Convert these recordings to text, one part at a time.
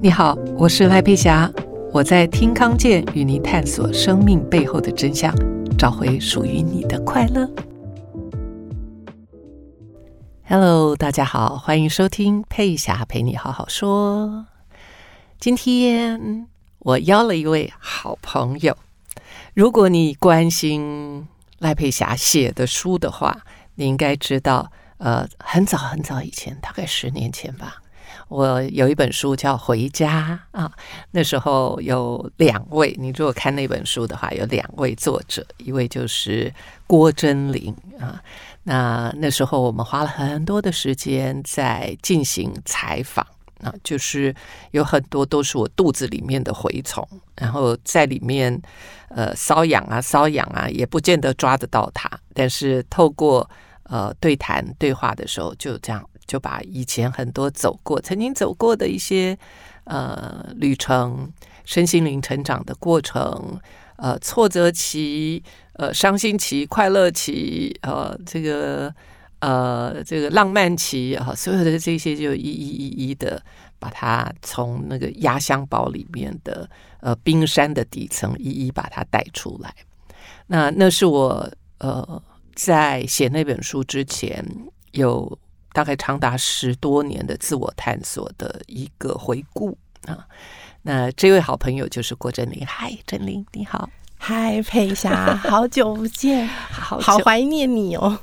你好，我是赖佩霞，我在听康健与你探索生命背后的真相，找回属于你的快乐。Hello， 大家好，欢迎收听佩霞陪你好好说。今天我邀了一位好朋友，如果你关心赖佩霞写的书的话，你应该知道，很早很早以前，大概10年前吧，我有一本书叫《回家》啊，那时候有2位，你如果看那本书的话，有2位作者，一位就是郭真霖啊。那时候我们花了很多的时间在进行采访啊，就是有很多都是我肚子里面的蛔虫，然后在里面瘙痒啊，也不见得抓得到它，但是透过对谈对话的时候，就这样就把以前很多曾经走过的一些旅程，身心灵成长的过程，挫折期，伤心期，快乐期，这个浪漫期，所有的这些就一的把它从那个压箱宝里面的冰山的底层一把它带出来。那是我在写那本书之前有大概长达10多年的自我探索的一个回顾啊。那这位好朋友就是郭真霖。嗨，真霖你好。 嗨，佩霞，好久不见，好怀念你哦。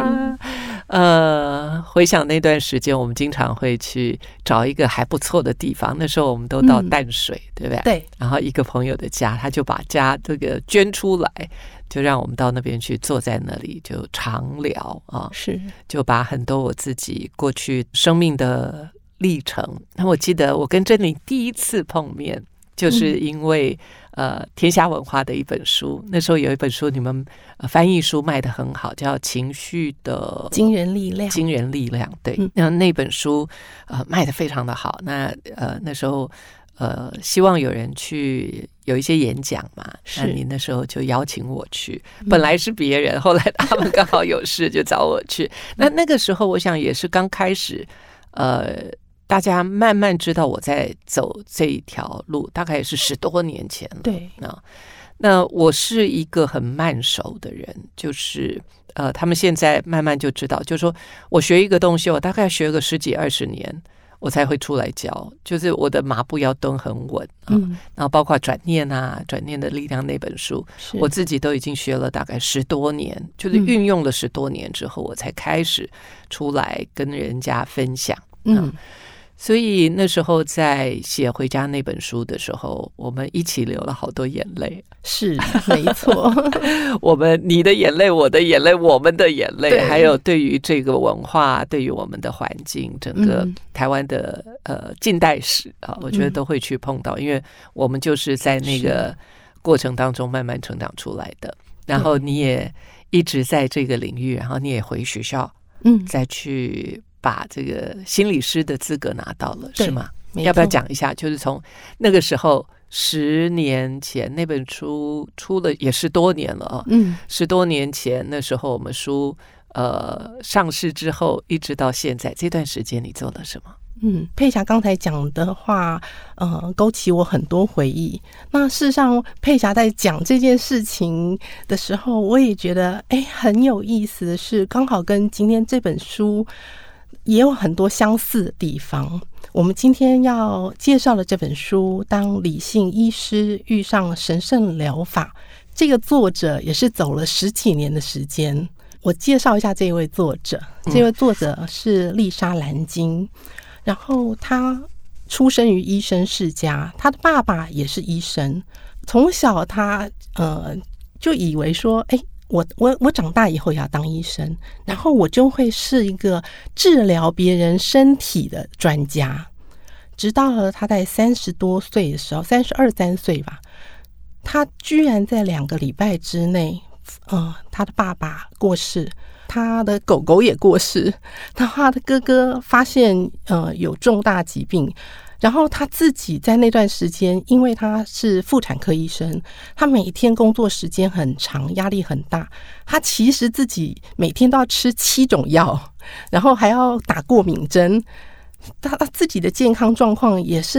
回想那段时间，我们经常会去找一个还不错的地方。那时候我们都到淡水，对不对？ 对。 然后一个朋友的家，他就把家这个捐出来，就让我们到那边去，坐在那里就长聊啊。 是。就把很多我自己过去生命的历程。那我记得我跟真霖第一次碰面，就是因为天下文化的一本书，那时候有一本书你们翻译书卖得很好，叫《情绪的惊人力量》。 惊人力量，对，那本书卖得非常的好。那时候希望有人去有一些演讲嘛，那你那时候就邀请我去，本来是别人，后来他们刚好有事就找我去。那个时候我想也是刚开始，大家慢慢知道我在走这一条路，大概也是10多年前了。 对， 那我是一个很慢熟的人，就是他们现在慢慢就知道，就是说我学一个东西，我大概学个10几20年，我才会出来教，就是我的马步要蹲很稳然后包括转念的力量那本书，我自己都已经学了大概10多年，就是运用了10多年之后，我才开始出来跟人家分享。所以那时候在写《回家》那本书的时候，我们一起流了好多眼泪。 是，没错。 你的眼泪，我的眼泪，我们的眼泪，还有对于这个文化，对于我们的环境，整个台湾的近代史啊，我觉得都会去碰到，因为我们就是在那个过程当中慢慢成长出来的。然后你也一直在这个领域，然后你也回学校，再去把这个心理师的资格拿到了，是吗？要不要讲一下？就是从那个时候10年前那本书出了也10多年了啊，10多年前那时候我们书上市之后，一直到现在这段时间你做了什么？ 佩霞刚才讲的话，勾起我很多回忆。那事实上，佩霞在讲这件事情的时候，我也觉得很有意思的是，刚好跟今天这本书也有很多相似的地方。我们今天要介绍的这本书《当理性医师遇上神圣疗法》，这个作者也是走了10几年的时间。我介绍一下这位作者，这位作者是丽莎兰金。然后他出生于医生世家，他的爸爸也是医生。从小他就以为说，我长大以后也要当医生，然后我就会是一个治疗别人身体的专家。直到了他在30多岁的时候，32、33岁吧，他居然在2个礼拜之内，他的爸爸过世，他的狗狗也过世，然后他的哥哥发现有重大疾病，然后他自己在那段时间，因为他是妇产科医生，他每天工作时间很长，压力很大，他其实自己每天都要吃7种药，然后还要打过敏针，他自己的健康状况也是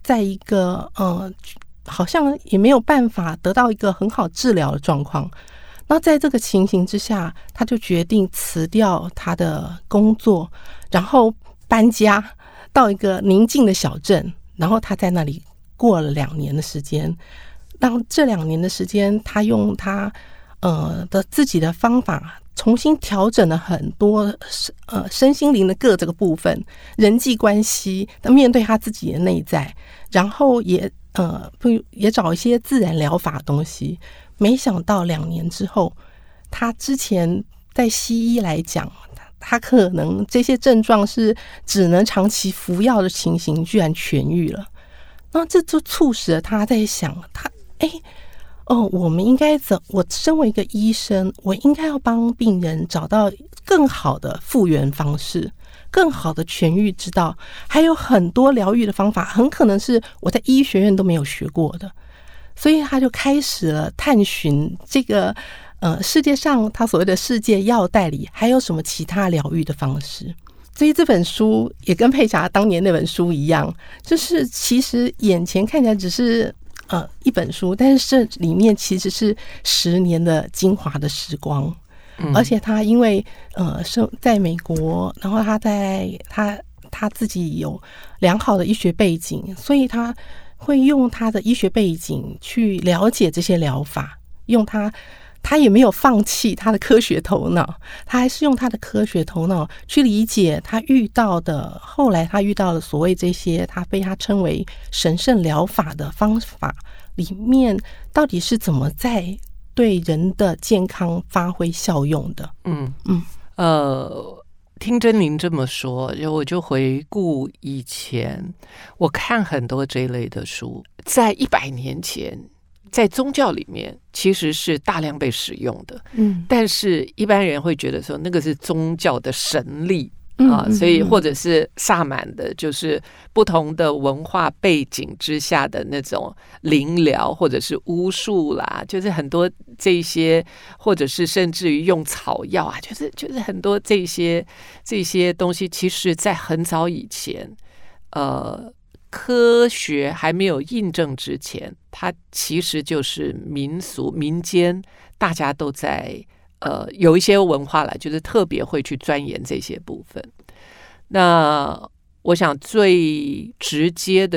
在一个好像也没有办法得到一个很好治疗的状况。那在这个情形之下，他就决定辞掉他的工作，然后搬家到一个宁静的小镇，然后他在那里过了2年的时间。让这2年的时间，他用他的自己的方法重新调整了很多身心灵的各这个部分，人际关系，面对他自己的内在，然后也找一些自然疗法的东西。没想到2年之后，他之前在西医来讲，他可能这些症状是只能长期服药的情形，居然痊愈了。那这就促使了他在想，我们应该我身为一个医生，我应该要帮病人找到更好的复原方式，更好的痊愈之道，还有很多疗愈的方法，很可能是我在医学院都没有学过的。所以他就开始了探寻这个世界上他所谓的世界药袋里还有什么其他疗愈的方式。所以这本书也跟佩霞当年那本书一样，就是其实眼前看起来只是一本书，但是这里面其实是10年的精华的时光。而且他因为在美国，然后他自己有良好的医学背景，所以他会用他的医学背景去了解这些疗法，用他也没有放弃他的科学头脑，他还是用他的科学头脑去理解后来他遇到的所谓这些他被他称为神圣疗法的方法里面，到底是怎么在对人的健康发挥效用的。 听珍妮这么说，我就回顾以前我看很多这一类的书，在100年前在宗教里面其实是大量被使用的，但是一般人会觉得说那个是宗教的神力所以或者是萨满的，就是不同的文化背景之下的那种灵疗或者是巫术啦，就是很多这些，或者是甚至于用草药啊，就是很多这些东西，其实在很早以前科学还没有印证之前，它其实就是民俗民间大家都在有一些文化啦，就是特别会去钻研这些部分。那我想最直接的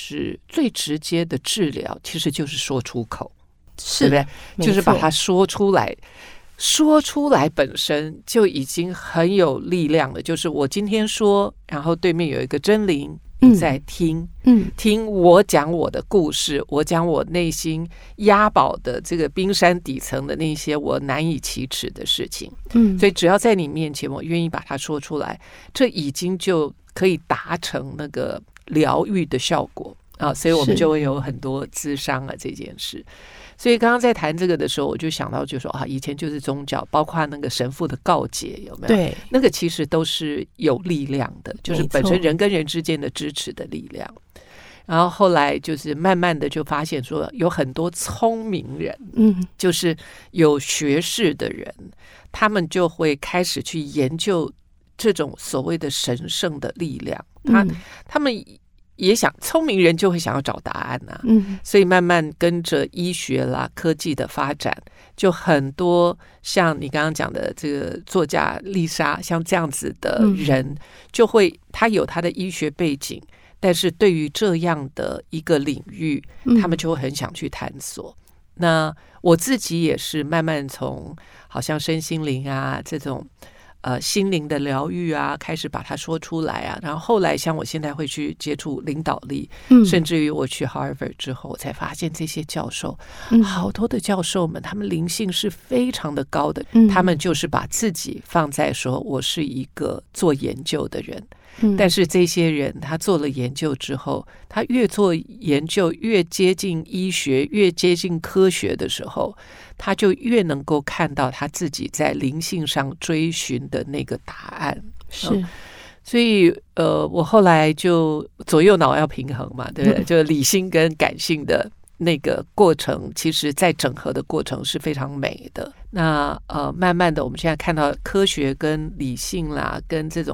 治疗其实就是说出口，对不对？就是把它说出来，说出来本身就已经很有力量了。就是我今天说，然后对面有一个真灵你在听，听我讲我的故事，我讲我内心押宝的这个冰山底层的那些我难以启齿的事情，所以只要在你面前，我愿意把它说出来，这已经就可以达成那个疗愈的效果啊！所以我们就会有很多咨商这件事。所以刚刚在谈这个的时候，我就想到就说以前就是宗教，包括那个神父的告解，有没有？ 对， 那个其实都是有力量的，就是本身人跟人之间的支持的力量。然后后来就是慢慢的就发现说，有很多聪明人，就是有学识的人，他们就会开始去研究这种所谓的神圣的力量。他们也想，聪明人就会想要找答案所以慢慢跟着医学啦、科技的发展，就很多像你刚刚讲的这个作家丽莎，像这样子的人，就会他有他的医学背景，但是对于这样的一个领域，他们就会很想去探索。那我自己也是慢慢从好像身心灵这种心灵的疗愈开始把它说出来然后后来像我现在会去接触领导力，甚至于我去 Harvard 之后，我才发现这些教授，好多的教授们，他们灵性是非常的高的，他们就是把自己放在说我是一个做研究的人。但是这些人他做了研究之后，他越做研究越接近医学，越接近科学的时候，他就越能够看到他自己在灵性上追寻的那个答案。所以我后来就左右脑要平衡嘛，对不对？就理性跟感性的那个过程，其实在整合的过程是非常美的。那慢慢的我们现在看到科学跟理性啦，跟这种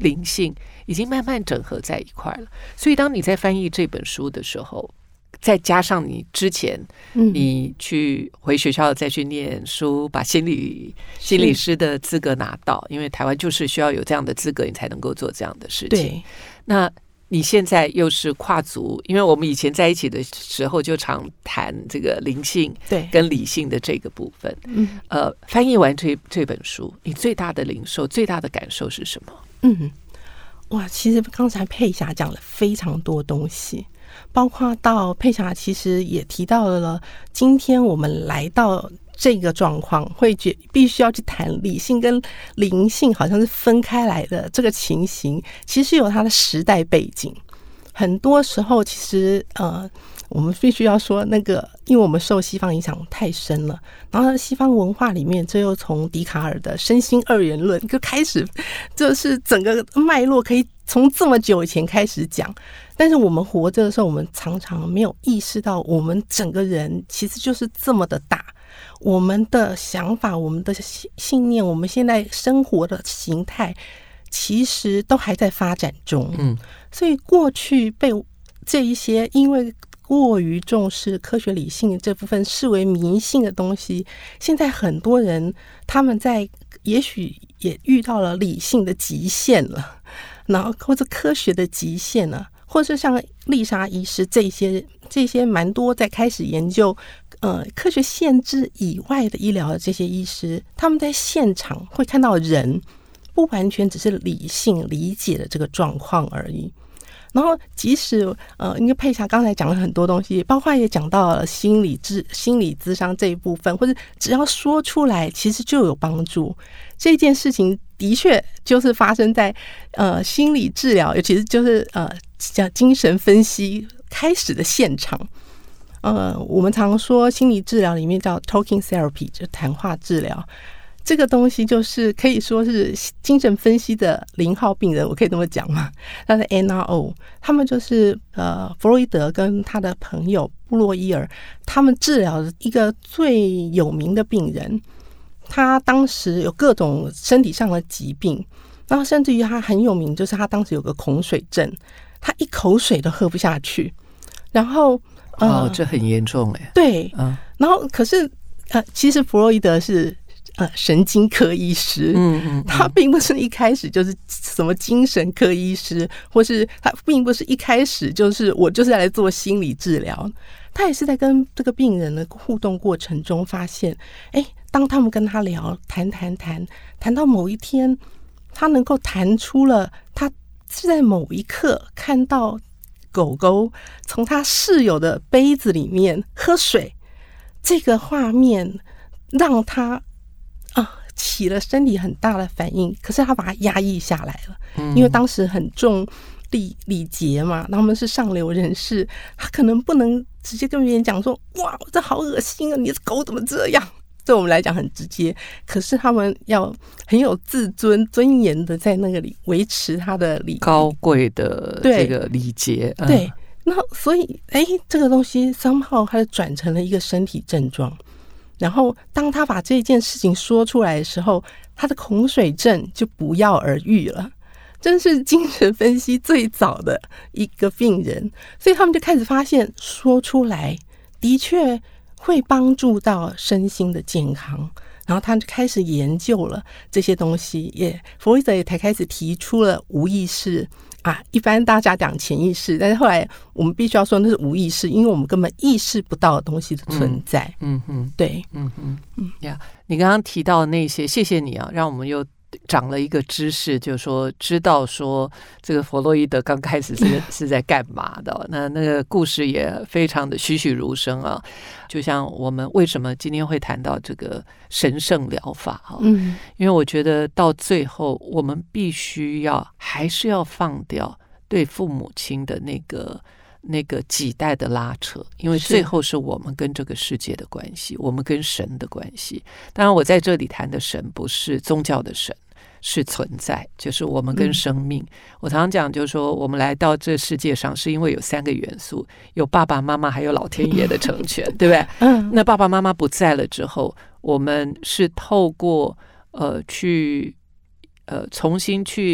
灵性已经慢慢整合在一块了。所以当你在翻译这本书的时候，再加上你之前你去回学校再去念书，把心理师的资格拿到，因为台湾就是需要有这样的资格，你才能够做这样的事情。 对， 那你现在又是跨足，因为我们以前在一起的时候就常谈这个灵性跟理性的这个部分。翻译完这本书，你最大的领受、最大的感受是什么？ 哇，其实刚才佩霞讲了非常多东西，包括到佩霞其实也提到了，今天我们来到这个状况，会必须要去谈理性跟灵性好像是分开来的这个情形，其实有它的时代背景。很多时候其实我们必须要说那个，因为我们受西方影响太深了，然后西方文化里面，这又从笛卡尔的身心二元论就开始，就是整个脉络可以从这么久以前开始讲。但是我们活着的时候，我们常常没有意识到，我们整个人其实就是这么的大，我们的想法、我们的信念、我们现在生活的形态，其实都还在发展中。所以过去被这一些因为过于重视科学理性这部分视为迷信的东西，现在很多人他们在也许也遇到了理性的极限了，然后或者科学的极限了，或者像丽莎医师这些蛮多在开始研究科学限制以外的医疗的这些医师，他们在现场会看到人不完全只是理性理解的这个状况而已。然后即使因为佩霞刚才讲了很多东西，包括也讲到了心理咨商这一部分，或者只要说出来其实就有帮助。这件事情的确就是发生在心理治疗，尤其是就是叫精神分析开始的现场。我们常说心理治疗里面叫 talking therapy， 就谈话治疗。这个东西就是可以说是精神分析的0号病人，我可以这么讲吗？他的 NRO， 他们就是弗洛伊德跟他的朋友布洛伊尔，他们治疗一个最有名的病人，他当时有各种身体上的疾病，然后甚至于他很有名，就是他当时有个恐水症，他一口水都喝不下去，然后这很严重哎。 对，然后可是其实弗洛伊德是神经科医师，他并不是一开始就是什么精神科医师，或是他并不是一开始就是我就是来做心理治疗，他也是在跟这个病人的互动过程中发现，当他们跟他聊谈到某一天，他能够谈出了他是在某一刻看到狗狗从他室友的杯子里面喝水，这个画面让他起了身体很大的反应，可是他把它压抑下来了，因为当时很重礼节嘛，他们是上流人士，他可能不能直接跟别人讲说哇这好恶心啊，你的狗怎么这样，对我们来讲很直接，可是他们要很有自尊尊严的在那个里维持他的高贵的这个礼节。 对，那所以这个东西somehow它转成了一个身体症状，然后当他把这件事情说出来的时候，他的恐水症就不药而愈了，真是精神分析最早的一个病人。所以他们就开始发现说出来的确会帮助到身心的健康，然后他就开始研究了这些东西，弗洛伊德也才开始提出了无意识一般大家讲潜意识，但是后来我们必须要说那是无意识，因为我们根本意识不到的东西的存在。对， 你刚刚提到那些，谢谢你啊，让我们又长了一个知识，就是说知道说这个弗洛伊德刚开始是在干嘛的。那个故事也非常的栩栩如生啊。就像我们为什么今天会谈到这个神圣疗法因为我觉得到最后我们必须还是要放掉对父母亲的那个几代的拉扯，因为最后是我们跟这个世界的关系，我们跟神的关系。当然我在这里谈的神不是宗教的神，是存在，就是我们跟生命。我常常讲就是说我们来到这世界上是因为有3个元素，有爸爸妈妈还有老天爷的成全对不对？那爸爸妈妈不在了之后，我们是透过重新去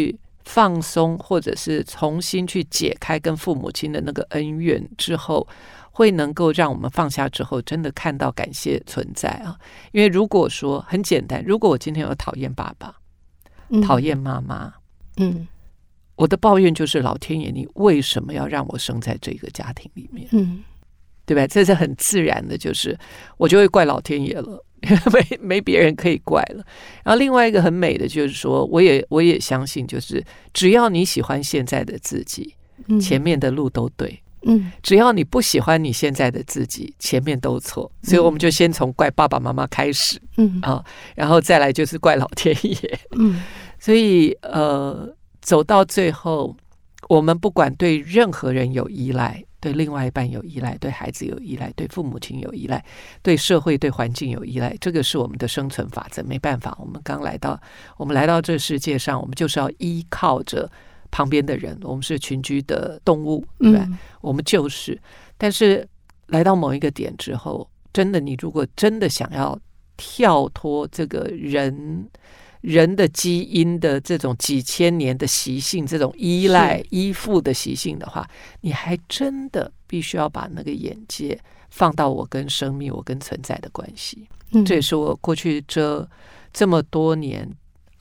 放松，或者是重新去解开跟父母亲的那个恩怨之后，会能够让我们放下之后真的看到感谢存在啊。因为如果说很简单，如果我今天有讨厌爸爸，讨厌妈妈，我的抱怨就是老天爷，你为什么要让我生在这个家庭里面？对吧？这是很自然的，就是我就会怪老天爷了，没别人可以怪了。然后另外一个很美的就是说，我也相信，就是只要你喜欢现在的自己，前面的路都对。只要你不喜欢你现在的自己，前面都错。所以我们就先从怪爸爸妈妈开始，然后再来就是怪老天爷。所以走到最后，我们不管对任何人有依赖，对另外一半有依赖，对孩子有依赖，对父母亲有依赖，对社会对环境有依赖，这个是我们的生存法则。没办法，我们来到这世界上，我们就是要依靠着旁边的人，我们是群居的动物，对吧？我们就是，但是来到某一个点之后，真的，你如果真的想要跳脱这个人的基因的这种几千年的习性，这种依赖依附的习性的话，你还真的必须要把那个眼界放到我跟生命、我跟存在的关系。这也是我过去这么多年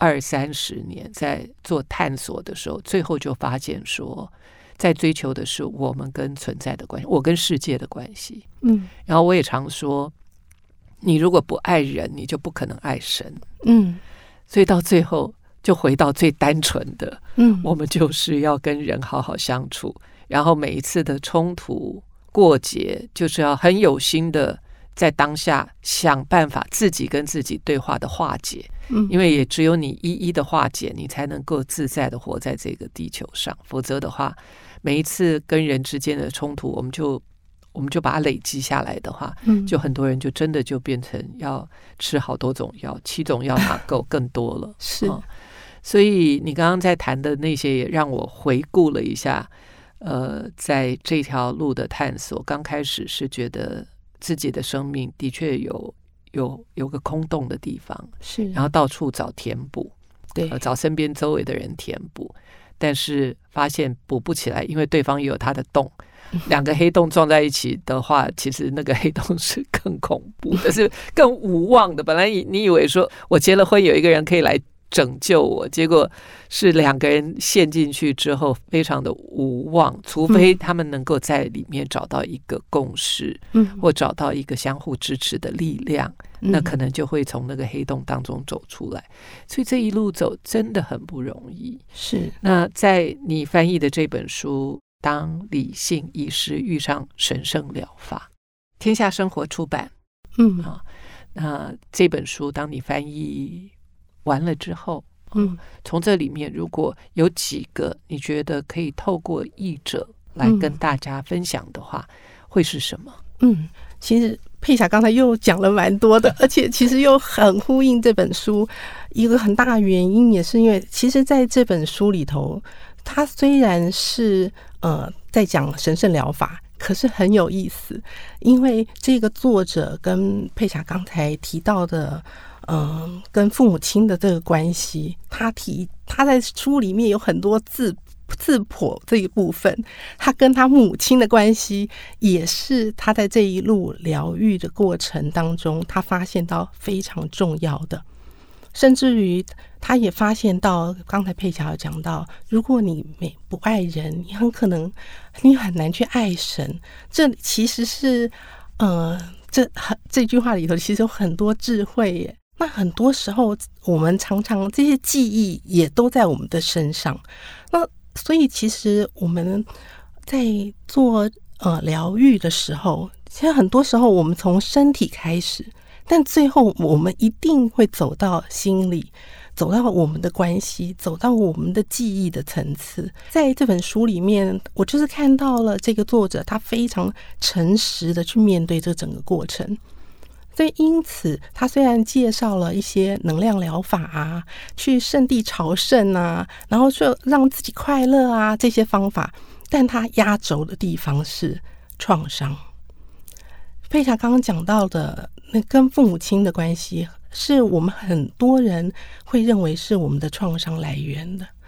20-30年在做探索的时候，最后就发现说，在追求的是我们跟存在的关系，我跟世界的关系。然后我也常说，你如果不爱人，你就不可能爱神。所以到最后就回到最单纯的，我们就是要跟人好好相处，然后每一次的冲突过节，就是要很有心的在当下想办法自己跟自己对话的化解。因为也只有你一一的化解，你才能够自在的活在这个地球上，否则的话，每一次跟人之间的冲突，我们就把它累积下来的话，就很多人就真的就变成要吃好多种药，7种药哪够，更多了。是，所以你刚刚在谈的那些，也让我回顾了一下，在这条路的探索，刚开始是觉得自己的生命的确有个空洞的地方，是，然后到处找填补，对，找身边周围的人填补，但是发现补不起来，因为对方也有他的洞。2个黑洞撞在一起的话，其实那个黑洞是更恐怖的，是更无望的。本来你以为说我结了婚有一个人可以来拯救我，结果是2个人陷进去之后非常的无望，除非他们能够在里面找到一个共识，或找到一个相互支持的力量，那可能就会从那个黑洞当中走出来。所以这一路走真的很不容易。是，那在你翻译的这本书当理性医师遇上神圣疗法，天下生活出版。那这本书当你翻译完了之后，从这里面如果有几个你觉得可以透过译者来跟大家分享的话，会是什么？其实佩霞刚才又讲了蛮多的，而且其实又很呼应这本书。一个很大的原因也是因为，其实在这本书里头，它虽然是在讲神圣疗法，可是很有意思，因为这个作者跟佩霞刚才提到的跟父母亲的这个关系，他在书里面有很多自剖这一部分，他跟他母亲的关系也是他在这一路疗愈的过程当中他发现到非常重要的。甚至于他也发现到，刚才佩霞有讲到，如果你不爱人，你很可能你很难去爱神。这其实是这句话里头其实有很多智慧耶。那很多时候我们常常这些记忆也都在我们的身上，那所以其实我们在做疗愈的时候，其实很多时候我们从身体开始，但最后我们一定会走到心里，走到我们的关系，走到我们的记忆的层次。在这本书里面，我就是看到了这个作者他非常诚实的去面对这整个过程。所以因此他虽然介绍了一些能量疗法啊，去圣地朝圣啊，然后就让自己快乐啊，这些方法，但他压轴的地方是创伤。佩霞刚刚讲到的那跟父母亲的关系，是我们很多人会认为是我们的创伤来源的。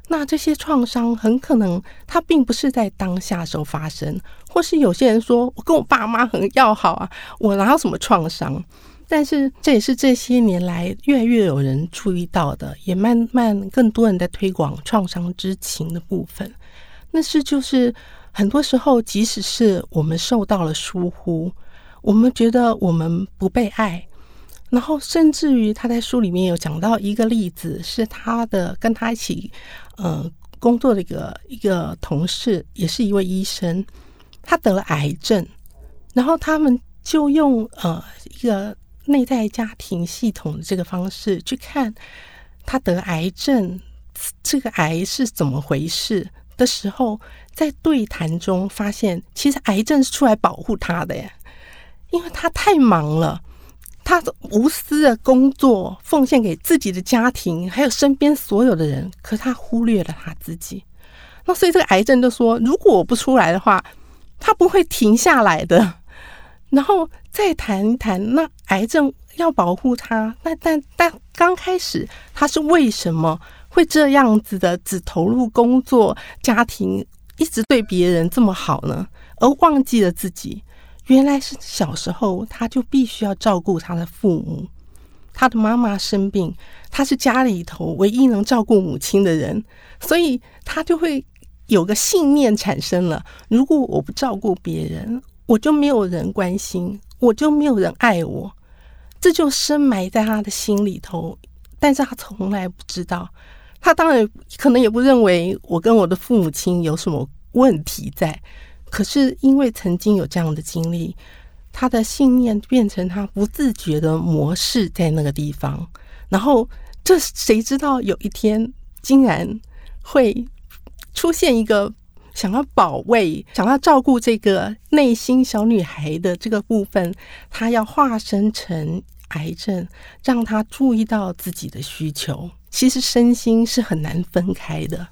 那这些创伤很可能它并不是在当下时候发生，或是有些人说我跟我爸妈很要好啊，我哪有什么创伤？但是这也是这些年来越来越有人注意到的，也慢慢更多人在推广创伤知情的部分。那是就是很多时候即使是我们受到了疏忽，我们觉得我们不被爱，然后甚至于他在书里面有讲到一个例子，是他的跟他一起工作的一个同事，也是一位医生，他得了癌症，然后他们就用一个内在家庭系统的这个方式去看他得癌症这个癌是怎么回事的时候，在对谈中发现其实癌症是出来保护他的耶，因为他太忙了，他无私的工作奉献给自己的家庭还有身边所有的人，可他忽略了他自己。那所以这个癌症就说，如果我不出来的话，他不会停下来的。然后再谈一谈，那癌症要保护他，但刚开始他是为什么会这样子的只投入工作家庭，一直对别人这么好呢？而忘记了自己，原来是小时候他就必须要照顾他的父母，他的妈妈生病，他是家里头唯一能照顾母亲的人，所以他就会有个信念产生了，如果我不照顾别人，我就没有人关心，我就没有人爱我，这就深埋在他的心里头，但是他从来不知道，他当然可能也不认为我跟我的父母亲有什么问题在，可是因为曾经有这样的经历，他的信念变成他不自觉的模式在那个地方，然后这谁知道有一天竟然会出现一个想要保卫、想要照顾这个内心小女孩的这个部分，她要化身成癌症，让她注意到自己的需求。其实身心是很难分开的。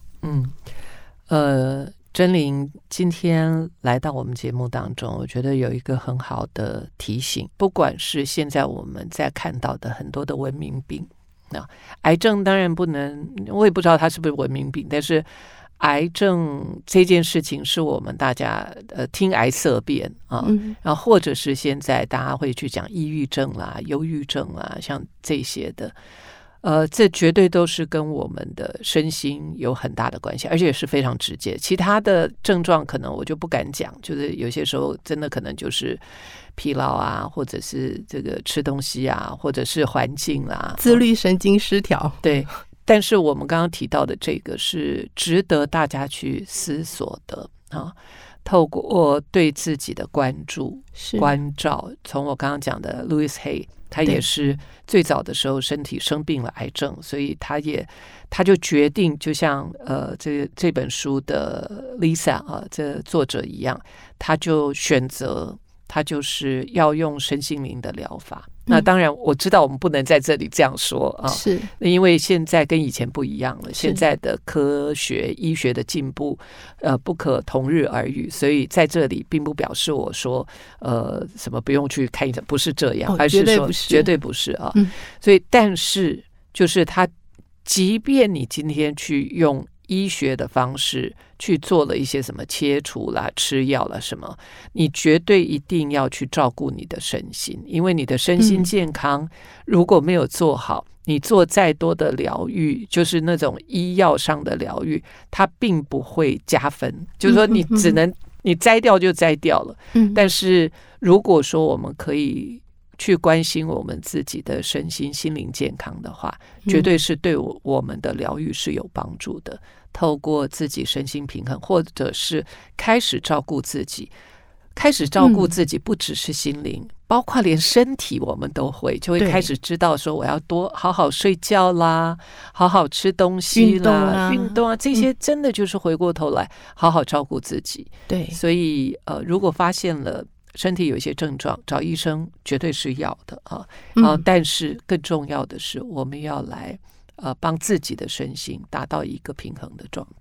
真灵今天来到我们节目当中，我觉得有一个很好的提醒，不管是现在我们在看到的很多的文明病，癌症当然不能，我也不知道它是不是文明病，但是癌症这件事情是我们大家听癌色变啊，然后或者是现在大家会去讲抑郁症啦、忧郁症啦，像这些的，这绝对都是跟我们的身心有很大的关系，而且是非常直接。其他的症状可能我就不敢讲，就是有些时候真的可能就是疲劳啊，或者是这个吃东西啊，或者是环境啊， 自律神经失调， 对。但是我们刚刚提到的这个是值得大家去思索的啊，透过对自己的关注、关照，从我刚刚讲的 Louis Hay， 他也是最早的时候身体生病了癌症，所以他就决定，就像这本书的 Lisa 啊，这作者一样，他就选择他就是要用身心灵的疗法。那当然我知道我们不能在这里这样说啊， 是因为现在跟以前不一样了，现在的科学医学的进步不可同日而语，所以在这里并不表示我说什么不用去看医生，不是这样，而是说绝对不是啊。所以但是就是他即便你今天去用医学的方式去做了一些什么切除啦、吃药啦什么，你绝对一定要去照顾你的身心，因为你的身心健康如果没有做好，你做再多的疗愈，就是那种医药上的疗愈，它并不会加分，就是说你只能你摘掉就摘掉了。但是如果说我们可以去关心我们自己的身心心灵健康的话，绝对是对我们的疗愈是有帮助的。透过自己身心平衡，或者是开始照顾自己，不只是心灵，包括连身体我们都会，就会开始知道说我要多好好睡觉啦，好好吃东西啦，运动啊，这些真的就是回过头来好好照顾自己。对，所以如果发现了身体有一些症状，找医生绝对是要的啊。但是更重要的是，我们要来帮自己的身心达到一个平衡的状态。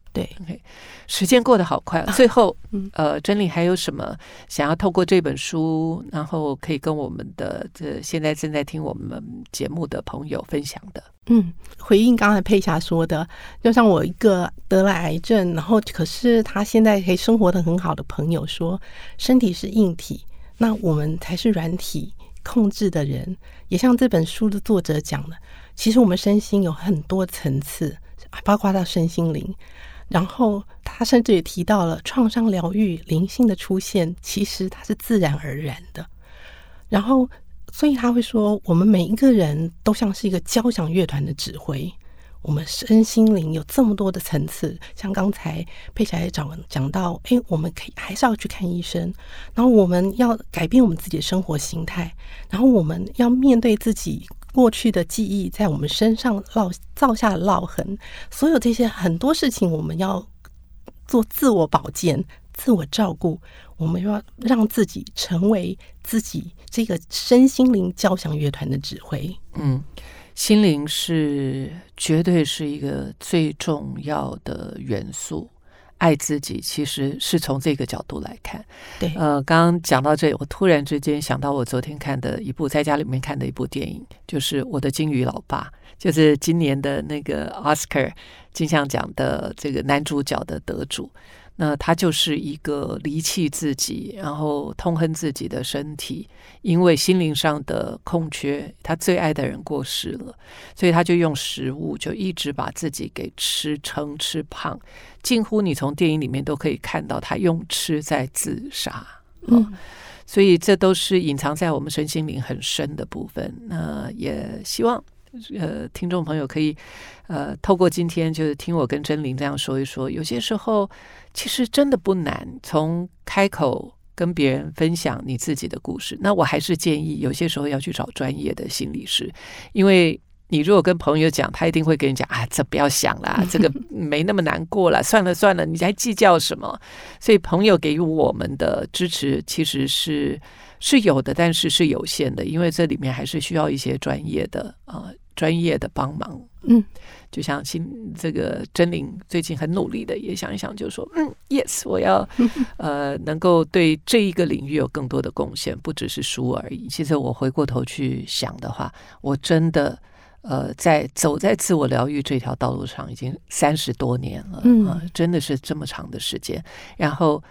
对 ，OK， 时间过得好快。最后，真理还有什么想要透过这本书，然后可以跟我们的现在正在听我们节目的朋友分享的？ 回应刚才佩霞说的，就像我一个得了癌症，然后可是他现在可以生活得很好的朋友说，身体是硬体，那我们才是软体控制的人。也像这本书的作者讲的，其实我们身心有很多层次，包括到身心灵。然后他甚至也提到了创伤疗愈、灵性的出现，其实它是自然而然的。然后所以他会说，我们每一个人都像是一个交响乐团的指挥，我们身心灵有这么多的层次。像刚才佩霞也讲到，我们可以还是要去看医生，然后我们要改变我们自己的生活形态，然后我们要面对自己过去的记忆在我们身上造下的烙痕。所有这些很多事情，我们要做自我保健、自我照顾，我们要让自己成为自己这个身心灵交响乐团的指挥。 心灵绝对是一个最重要的元素。爱自己其实是从这个角度来看。 对， 刚刚讲到这里，我突然之间想到我昨天看的一部，在家里面看的一部电影，就是《我的金鱼老爸》，就是今年的那个 Oscar 金像奖的这个男主角的得主。那他就是一个离弃自己，然后痛恨自己的身体，因为心灵上的空缺，他最爱的人过世了，所以他就用食物就一直把自己给吃撑吃胖，近乎你从电影里面都可以看到他用吃在自杀。所以这都是隐藏在我们身心灵很深的部分。那也希望听众朋友可以透过今天就是听我跟真灵这样说一说，有些时候其实真的不难，从开口跟别人分享你自己的故事。那我还是建议有些时候要去找专业的心理师，因为你如果跟朋友讲，他一定会跟你讲这不要想啦，这个没那么难过啦，算了算了，你还计较什么？所以朋友给予我们的支持其实是有的，但是是有限的，因为这里面还是需要一些专业的帮忙。就像这个真灵最近很努力的也想一想，就说yes， 我要能够对这一个领域有更多的贡献，不只是书而已。其实我回过头去想的话，我真的走在自我疗愈这条道路上已经30多年了，真的是这么长的时间。然后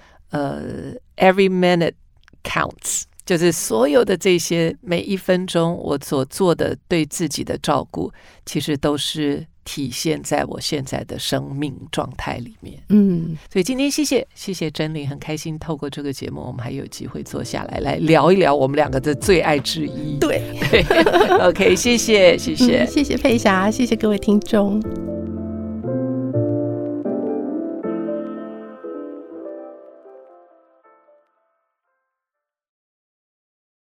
every minute counts， 就是所有的这些每一分钟我所做的对自己的照顾，其实都是体现在我现在的生命状态里面。所以今天谢谢真灵，很开心透过这个节目我们还有机会坐下来聊一聊我们两个的最爱之一。 对 OK， 谢谢谢谢佩霞，谢谢各位听众。